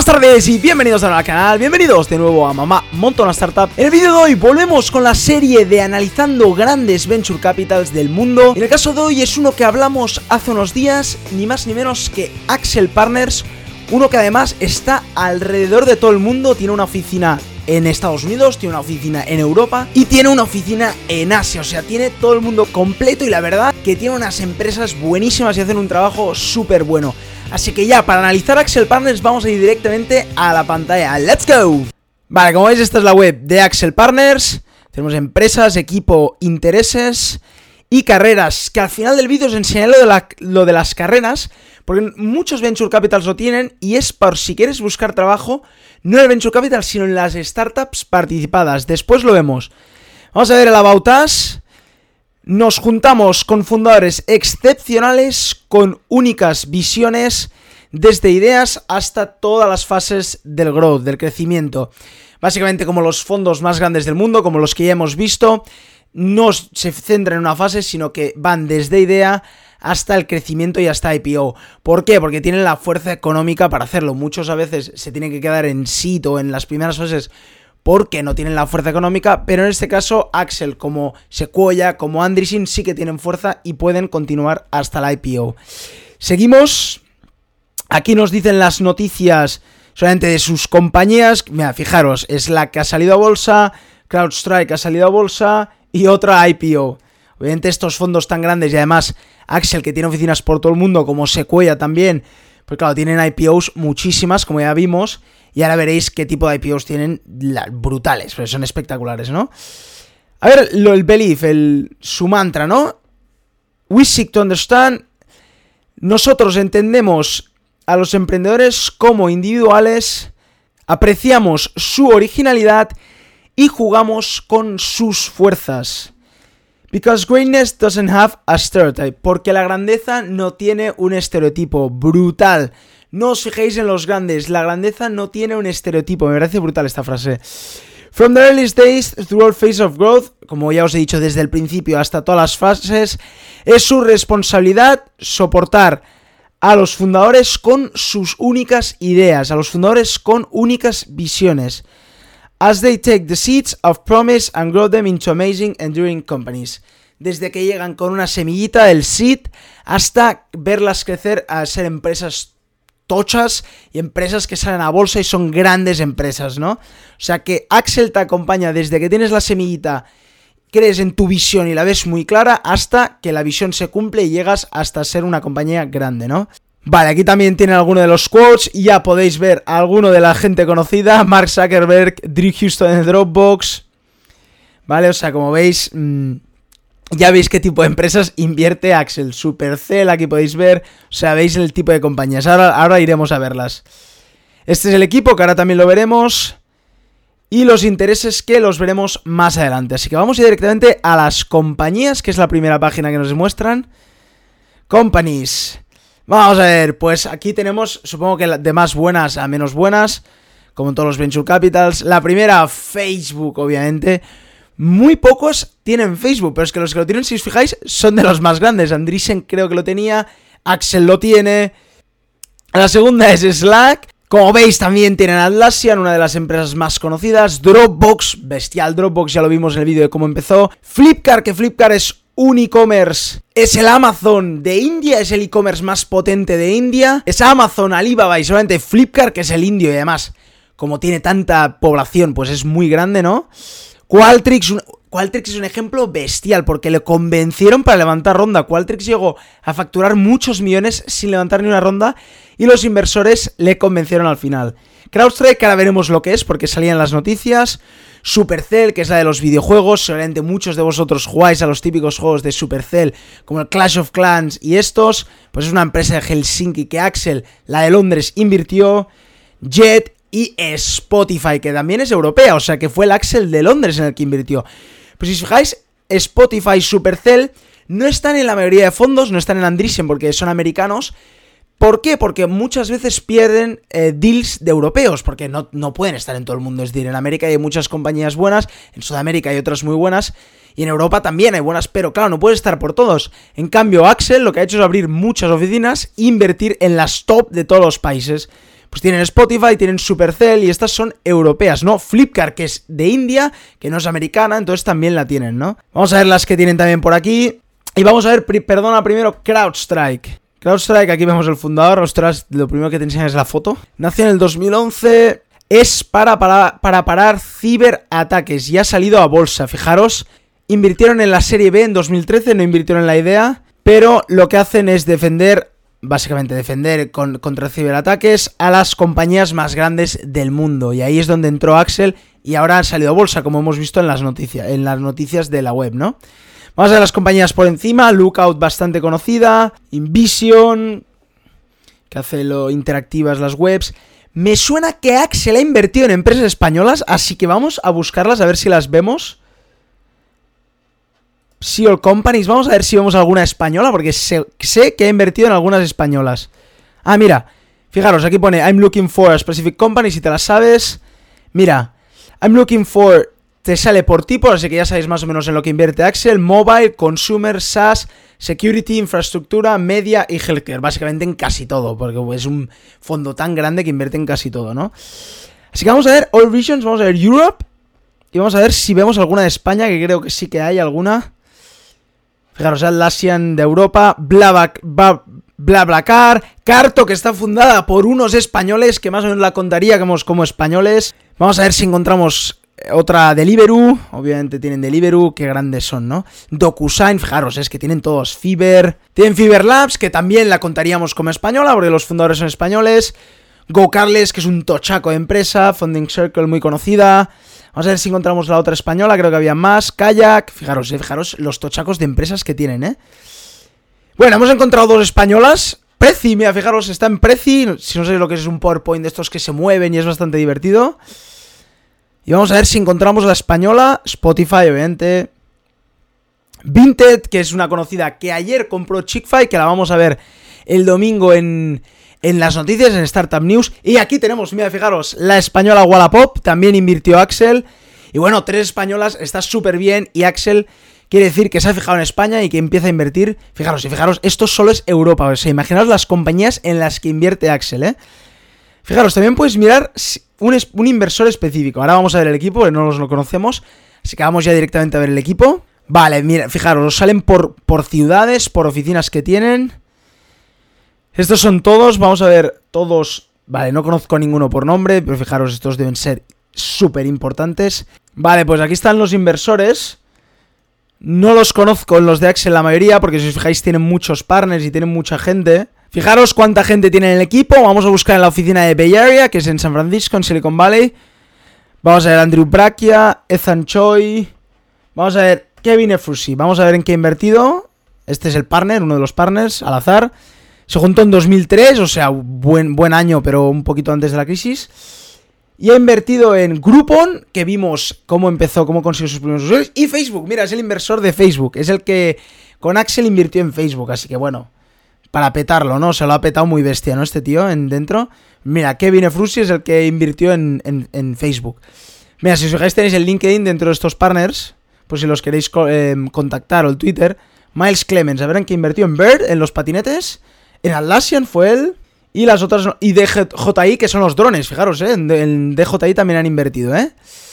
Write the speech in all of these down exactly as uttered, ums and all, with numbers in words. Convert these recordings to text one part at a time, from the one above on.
tardes y bienvenidos al canal, bienvenidos de nuevo a Mamá Monta una Startup. En el vídeo de hoy volvemos con la serie de analizando grandes venture capitals del mundo. En el caso de hoy es uno que hablamos hace unos días, ni más ni menos que Accel Partners, uno que además está alrededor de todo el mundo, tiene una oficina en Estados Unidos, tiene una oficina en Europa y tiene una oficina en Asia, o sea, tiene todo el mundo completo y la verdad que tiene unas empresas buenísimas y hacen un trabajo súper bueno. Así que ya, para analizar Accel Partners vamos a ir directamente a la pantalla. ¡Let's go! Vale, como veis esta es la web de Accel Partners. Tenemos empresas, equipo, intereses y carreras, que al final del vídeo os enseñaré lo de, la, lo de las carreras, porque muchos Venture Capitals lo tienen y es por si quieres buscar trabajo, no en el Venture Capital, sino en las startups participadas. Después lo vemos. Vamos a ver el About Us. Nos juntamos con fundadores excepcionales, con únicas visiones, desde ideas hasta todas las fases del growth, del crecimiento. Básicamente como los fondos más grandes del mundo, como los que ya hemos visto, no se centran en una fase, sino que van desde idea hasta el crecimiento y hasta I P O. ¿Por qué? Porque tienen la fuerza económica para hacerlo. Muchos a veces se tienen que quedar en seed o en las primeras fases porque no tienen la fuerza económica, pero en este caso Accel, como Sequoia, como Andreessen, sí que tienen fuerza y pueden continuar hasta la I P O. Seguimos. Aquí nos dicen las noticias solamente de sus compañías. Mira, fijaros, Slack ha salido a bolsa, CrowdStrike ha salido a bolsa y otra I P O. Obviamente estos fondos tan grandes y además Accel, que tiene oficinas por todo el mundo, como Sequoia también, pues claro, tienen I P Os muchísimas, como ya vimos, y ahora veréis qué tipo de I P Os tienen, la, brutales, pero son espectaculares, ¿no? A ver, lo, el belief, el, su mantra, ¿no? We seek to understand. Nosotros entendemos a los emprendedores como individuales, apreciamos su originalidad y jugamos con sus fuerzas. Because greatness doesn't have a stereotype. Porque la grandeza no tiene un estereotipo. Brutal. No os fijéis en los grandes. La grandeza no tiene un estereotipo. Me parece brutal esta frase. From the earliest days through all phase of growth, como ya os he dicho desde el principio hasta todas las fases, es su responsabilidad soportar a los fundadores con sus únicas ideas, a los fundadores con únicas visiones. As they take the seeds of promise and grow them into amazing enduring companies. Desde que llegan con una semillita del seed hasta verlas crecer a ser empresas tochas y empresas que salen a bolsa y son grandes empresas, ¿no? O sea que Accel te acompaña desde que tienes la semillita, crees en tu visión y la ves muy clara, hasta que la visión se cumple y llegas hasta ser una compañía grande, ¿no? Vale, aquí también tienen algunos de los quotes, ya podéis ver a alguno de la gente conocida, Mark Zuckerberg, Drew Houston en Dropbox, vale, o sea, como veis, mmm, ya veis qué tipo de empresas invierte Accel, Supercell, aquí podéis ver, o sea, veis el tipo de compañías, ahora, ahora iremos a verlas. Este es el equipo, que ahora también lo veremos, y los intereses que los veremos más adelante, así que vamos a ir directamente a las compañías, que es la primera página que nos muestran. Companies. Vamos a ver, pues aquí tenemos, supongo que de más buenas a menos buenas, como en todos los Venture Capitals. La primera, Facebook, obviamente. Muy pocos tienen Facebook, pero es que los que lo tienen, si os fijáis, son de los más grandes. Andreessen creo que lo tenía, Accel lo tiene. La segunda es Slack. Como veis, también tienen Atlassian, una de las empresas más conocidas. Dropbox, bestial Dropbox, ya lo vimos en el vídeo de cómo empezó. Flipkart, que Flipkart es un e-commerce, es el Amazon de India, es el e-commerce más potente de India. Es Amazon, Alibaba y solamente Flipkart, que es el indio, y además, como tiene tanta población, pues es muy grande, ¿no? Qualtrics, un, Qualtrics es un ejemplo bestial, porque le convencieron para levantar ronda. Qualtrics llegó a facturar muchos millones sin levantar ni una ronda, y los inversores le convencieron al final. CrowdStrike, que ahora veremos lo que es, porque salían las noticias. Supercell, que es la de los videojuegos, seguramente muchos de vosotros jugáis a los típicos juegos de Supercell, como el Clash of Clans y estos, pues es una empresa de Helsinki que Accel, la de Londres, invirtió. Jet y Spotify, que también es europea, o sea que fue el Accel de Londres en el que invirtió. Pues si os fijáis, Spotify y Supercell no están en la mayoría de fondos, no están en Andreessen porque son americanos. ¿Por qué? Porque muchas veces pierden eh, deals de europeos, porque no, no pueden estar en todo el mundo. Es decir, en América hay muchas compañías buenas, en Sudamérica hay otras muy buenas, y en Europa también hay buenas, pero claro, no puede estar por todos. En cambio, Accel lo que ha hecho es abrir muchas oficinas e invertir en las top de todos los países. pues tienen Spotify, tienen Supercell y estas son europeas, ¿no? Flipkart, que es de India, que no es americana, entonces también la tienen, ¿no? Vamos a ver las que tienen también por aquí. Y vamos a ver, pri- perdona, primero CrowdStrike. CrowdStrike, aquí vemos el fundador. Ostras, lo primero que te enseñan es la foto. Nació en el dos mil once. Es para, para, para parar ciberataques. Y ha salido a bolsa, fijaros. Invirtieron en la serie B en dos mil trece, no invirtieron en la idea. Pero lo que hacen es defender, básicamente defender con, contra ciberataques a las compañías más grandes del mundo. Y ahí es donde entró Accel y ahora han salido a bolsa, como hemos visto en las noticias, en las noticias de la web, ¿no? Vamos a ver las compañías por encima. Lookout, bastante conocida. Invision, que hace lo interactivas las webs. Me suena que Accel ha invertido en empresas españolas, así que vamos a buscarlas a ver si las vemos. Seal Companies, vamos a ver si vemos alguna española, porque sé, sé que ha invertido en algunas españolas. Ah, mira, fijaros, aquí pone I'm looking for a specific company, si te la sabes. Mira, I'm looking for... Te sale por tipo, así que ya sabéis más o menos en lo que invierte Accel. Mobile, Consumer, SaaS, Security, Infraestructura, Media y Healthcare. Básicamente en casi todo, porque es un fondo tan grande que invierte en casi todo, ¿no? Así que vamos a ver All Visions, vamos a ver Europe. Y vamos a ver si vemos alguna de España, que creo que sí que hay alguna. Fijaros, Atlassian de Europa, BlaBlaCar, Carto, que está fundada por unos españoles, que más o menos la contaría como, como españoles. Vamos a ver si encontramos... Otra Deliveroo, obviamente tienen Deliveroo, qué grandes son, ¿no? DocuSign, fijaros, es que tienen todos. Fiverr, tienen Fiverr Labs, que también la contaríamos como española, porque los fundadores son españoles. GoCarless, que es un tochaco de empresa. Funding Circle, muy conocida. Vamos a ver si encontramos la otra española, creo que había más. Kayak, fijaros, eh, fijaros los tochacos de empresas que tienen, ¿eh? Bueno, hemos encontrado dos españolas. Prezi, mira, fijaros, está en Prezi. Si no sabéis lo que es un PowerPoint de estos que se mueven y es bastante divertido. Y vamos a ver si encontramos la española. Spotify, obviamente. Vinted, que es una conocida que ayer compró Chickfy, que la vamos a ver el domingo en, en las noticias, en Startup News. Y aquí tenemos, mira, fijaros, la española Wallapop, también invirtió Accel. Y bueno, tres españolas, está súper bien. Y Accel quiere decir que se ha fijado en España y que empieza a invertir. Fijaros, y fijaros, esto solo es Europa. O sea, imaginaos las compañías en las que invierte Accel, ¿eh? Fijaros, también puedes mirar un, es, un inversor específico. Ahora vamos a ver el equipo, que no los lo conocemos. Así que vamos ya directamente a ver el equipo. Vale, mira, fijaros, os salen por, por ciudades, por oficinas que tienen. Estos son todos, vamos a ver todos. Vale, no conozco ninguno por nombre, pero fijaros, estos deben ser súper importantes. Vale, pues aquí están los inversores. No los conozco en los de Accel la mayoría, porque si os fijáis tienen muchos partners y tienen mucha gente. Fijaros cuánta gente tiene en el equipo. Vamos a buscar en la oficina de Bay Area, que es en San Francisco, en Silicon Valley. Vamos a ver Andrew Brachia, Ethan Choi. Vamos a ver Kevin Efrusi. Vamos a ver en qué ha invertido. Este es el partner, uno de los partners, al azar. Se juntó en dos mil tres, o sea, buen, buen año, pero un poquito antes de la crisis. Y ha invertido en Groupon, que vimos cómo empezó, cómo consiguió sus primeros usuarios. Y Facebook, mira, es el inversor de Facebook. Es el que con Accel invirtió en Facebook, así que bueno... Para petarlo, ¿no? Se lo ha petado muy bestia, ¿no? Este tío en dentro. Mira, Kevin Efrusi es el que invirtió en, en, en Facebook. Mira, si os fijáis tenéis el LinkedIn dentro de estos partners. Pues si los queréis eh, contactar o el Twitter. Miles Clemens, a ver en qué invirtió. En Bird, en los patinetes. En Atlassian fue él. Y las otras... Y D J I, que son los drones, fijaros, ¿eh? En, en D J I también han invertido, ¿eh?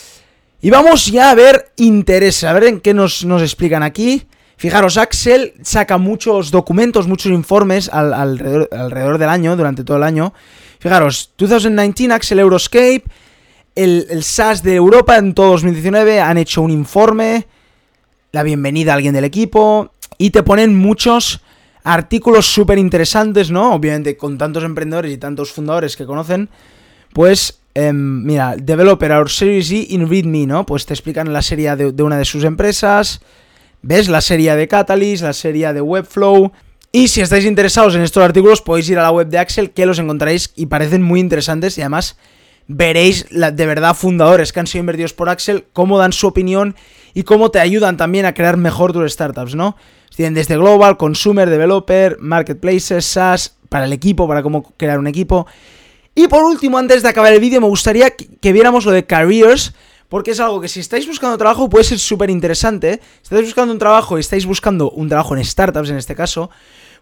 Y vamos ya a ver interés. A ver en qué nos, nos explican aquí. Fijaros, Accel saca muchos documentos, muchos informes al, alrededor, alrededor del año, durante todo el año. Fijaros, dos mil diecinueve, Accel Euroscape, el, el SaaS de Europa en todo dos mil diecinueve han hecho un informe, la bienvenida a alguien del equipo, y te ponen muchos artículos súper interesantes, ¿no? Obviamente con tantos emprendedores y tantos fundadores que conocen, pues... Eh, mira, Developer Our Series E in README, ¿no? Pues te explican la serie de, de una de sus empresas... ¿Ves? La serie de Catalyst, la serie de Webflow. Y si estáis interesados en estos artículos, podéis ir a la web de Accel, que los encontraréis y parecen muy interesantes. Y además veréis la, de verdad fundadores que han sido invertidos por Accel, cómo dan su opinión y cómo te ayudan también a crear mejor tus startups, ¿no? Tienen desde Global, Consumer, Developer, Marketplaces, SaaS, para el equipo, para cómo crear un equipo. Y por último, antes de acabar el vídeo, me gustaría que, que viéramos lo de Careers, porque es algo que si estáis buscando trabajo puede ser súper interesante. Si estáis buscando un trabajo y estáis buscando un trabajo en startups en este caso,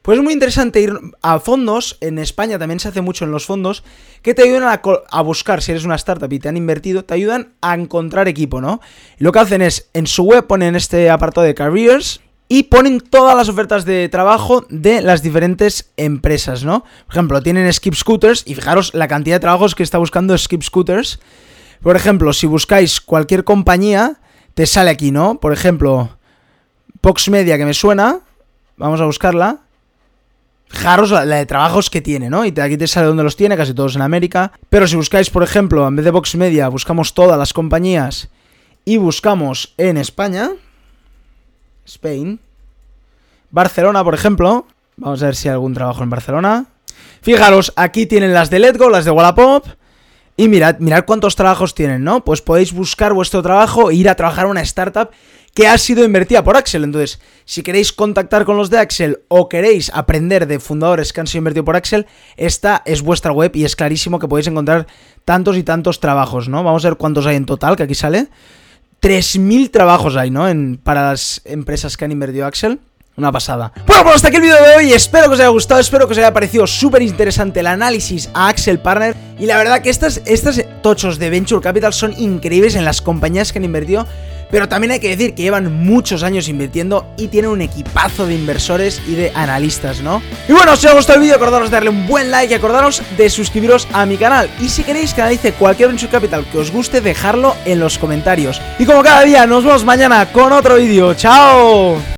Pues es muy interesante ir a fondos, en España también se hace mucho en los fondos, que te ayudan a, a buscar, si eres una startup y te han invertido, te ayudan a encontrar equipo, ¿no? Y lo que hacen es, en su web ponen este apartado de careers y ponen todas las ofertas de trabajo de las diferentes empresas, ¿no? Por ejemplo, tienen Skip Scooters y fijaros la cantidad de trabajos que está buscando Skip Scooters. Por ejemplo, si buscáis cualquier compañía, te sale aquí, ¿no? Por ejemplo, Vox Media, que me suena, vamos a buscarla. Fijaros la de trabajos que tiene, ¿no? Y aquí te sale dónde los tiene, casi todos en América. Pero si buscáis, por ejemplo, en vez de Vox Media, buscamos todas las compañías y buscamos en España, Spain, Barcelona, por ejemplo. Vamos a ver si hay algún trabajo en Barcelona. Fijaros, aquí tienen las de Letgo, las de Wallapop. Y mirad, mirad cuántos trabajos tienen, ¿no? Pues podéis buscar vuestro trabajo e ir a trabajar en una startup que ha sido invertida por Accel. Entonces, si queréis contactar con los de Accel o queréis aprender de fundadores que han sido invertidos por Accel, esta es vuestra web y es clarísimo que podéis encontrar tantos y tantos trabajos, ¿no? Vamos a ver cuántos hay en total, que aquí sale. tres mil trabajos hay, ¿no? En, para las empresas que han invertido Accel. Una pasada. Bueno, pues hasta aquí el vídeo de hoy. Espero que os haya gustado, espero que os haya parecido súper interesante el análisis a Accel Partner. Y la verdad que estas, estas tochos de Venture Capital son increíbles en las compañías que han invertido. Pero también hay que decir que llevan muchos años invirtiendo y tienen un equipazo de inversores y de analistas, ¿no? Y bueno, si os ha gustado el vídeo, acordaros de darle un buen like y acordaros de suscribiros a mi canal. Y si queréis que analice cualquier Venture Capital que os guste, dejadlo en los comentarios. Y como cada día, nos vemos mañana con otro vídeo. ¡Chao!